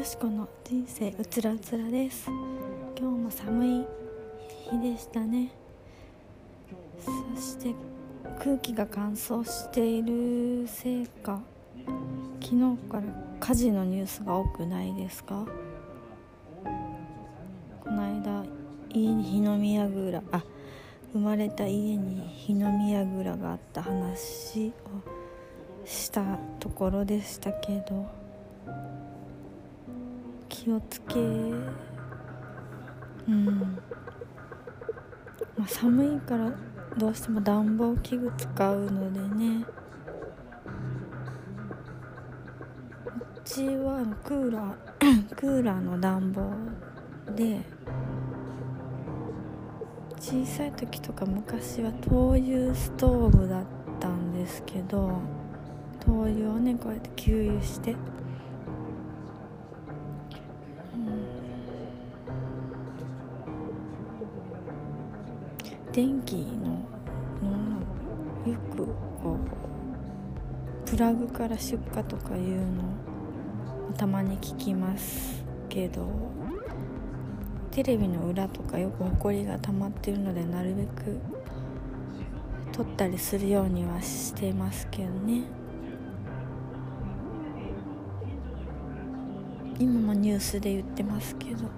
よしこの人生うつらうつらです。今日も寒い日でしたね。そして空気が乾燥しているせいか、昨日から火事のニュースが多くないですか？この間家に火の見櫓生まれた家に火の見櫓があった話をしたところでしたけど、気をつけ寒いからどうしても暖房器具使うのでね。うちはクーラーの暖房で、小さい時とか昔は灯油ストーブだったんですけど、灯油をねこうやって給油して電気のよくこうプラグから出火とかいうのたまに聞きますけど、テレビの裏とかよくホコリが溜まってるので、なるべく取ったりするようにはしてますけどね。今もニュースで言ってますけど、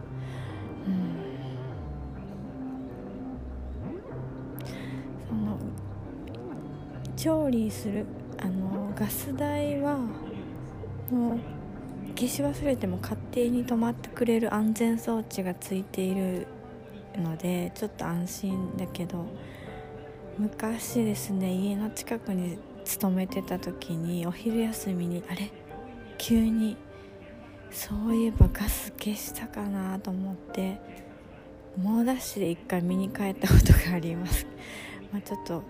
調理するガス代はもう消し忘れても勝手に止まってくれる安全装置がついているのでちょっと安心だけど、昔ですね、家の近くに勤めてた時にお昼休みに急にそういえばガス消したかなと思って猛ダッシュで一回見に帰ったことがあります。ちょっと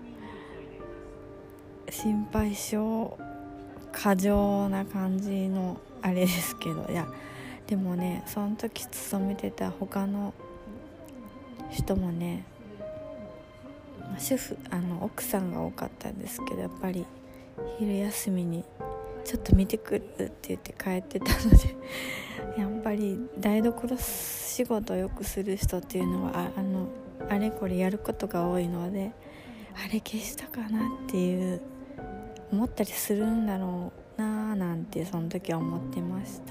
心配性過剰な感じのあれですけど、でもね、その時勤めてた他の人もね、主婦奥さんが多かったんですけど、やっぱり昼休みにちょっと見てくるって言って帰ってたのでやっぱり台所仕事をよくする人っていうのはあれこれやることが多いので、あれ消したかなっていう思ったりするんだろうなーなんてその時は思ってました。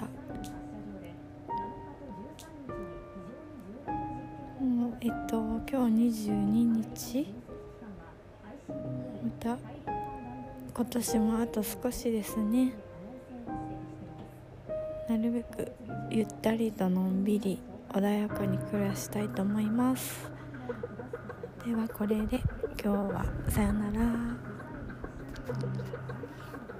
今日22日、また今年もあと少しですね。なるべくゆったりとのんびり穏やかに暮らしたいと思います。ではこれで今日はさよなら。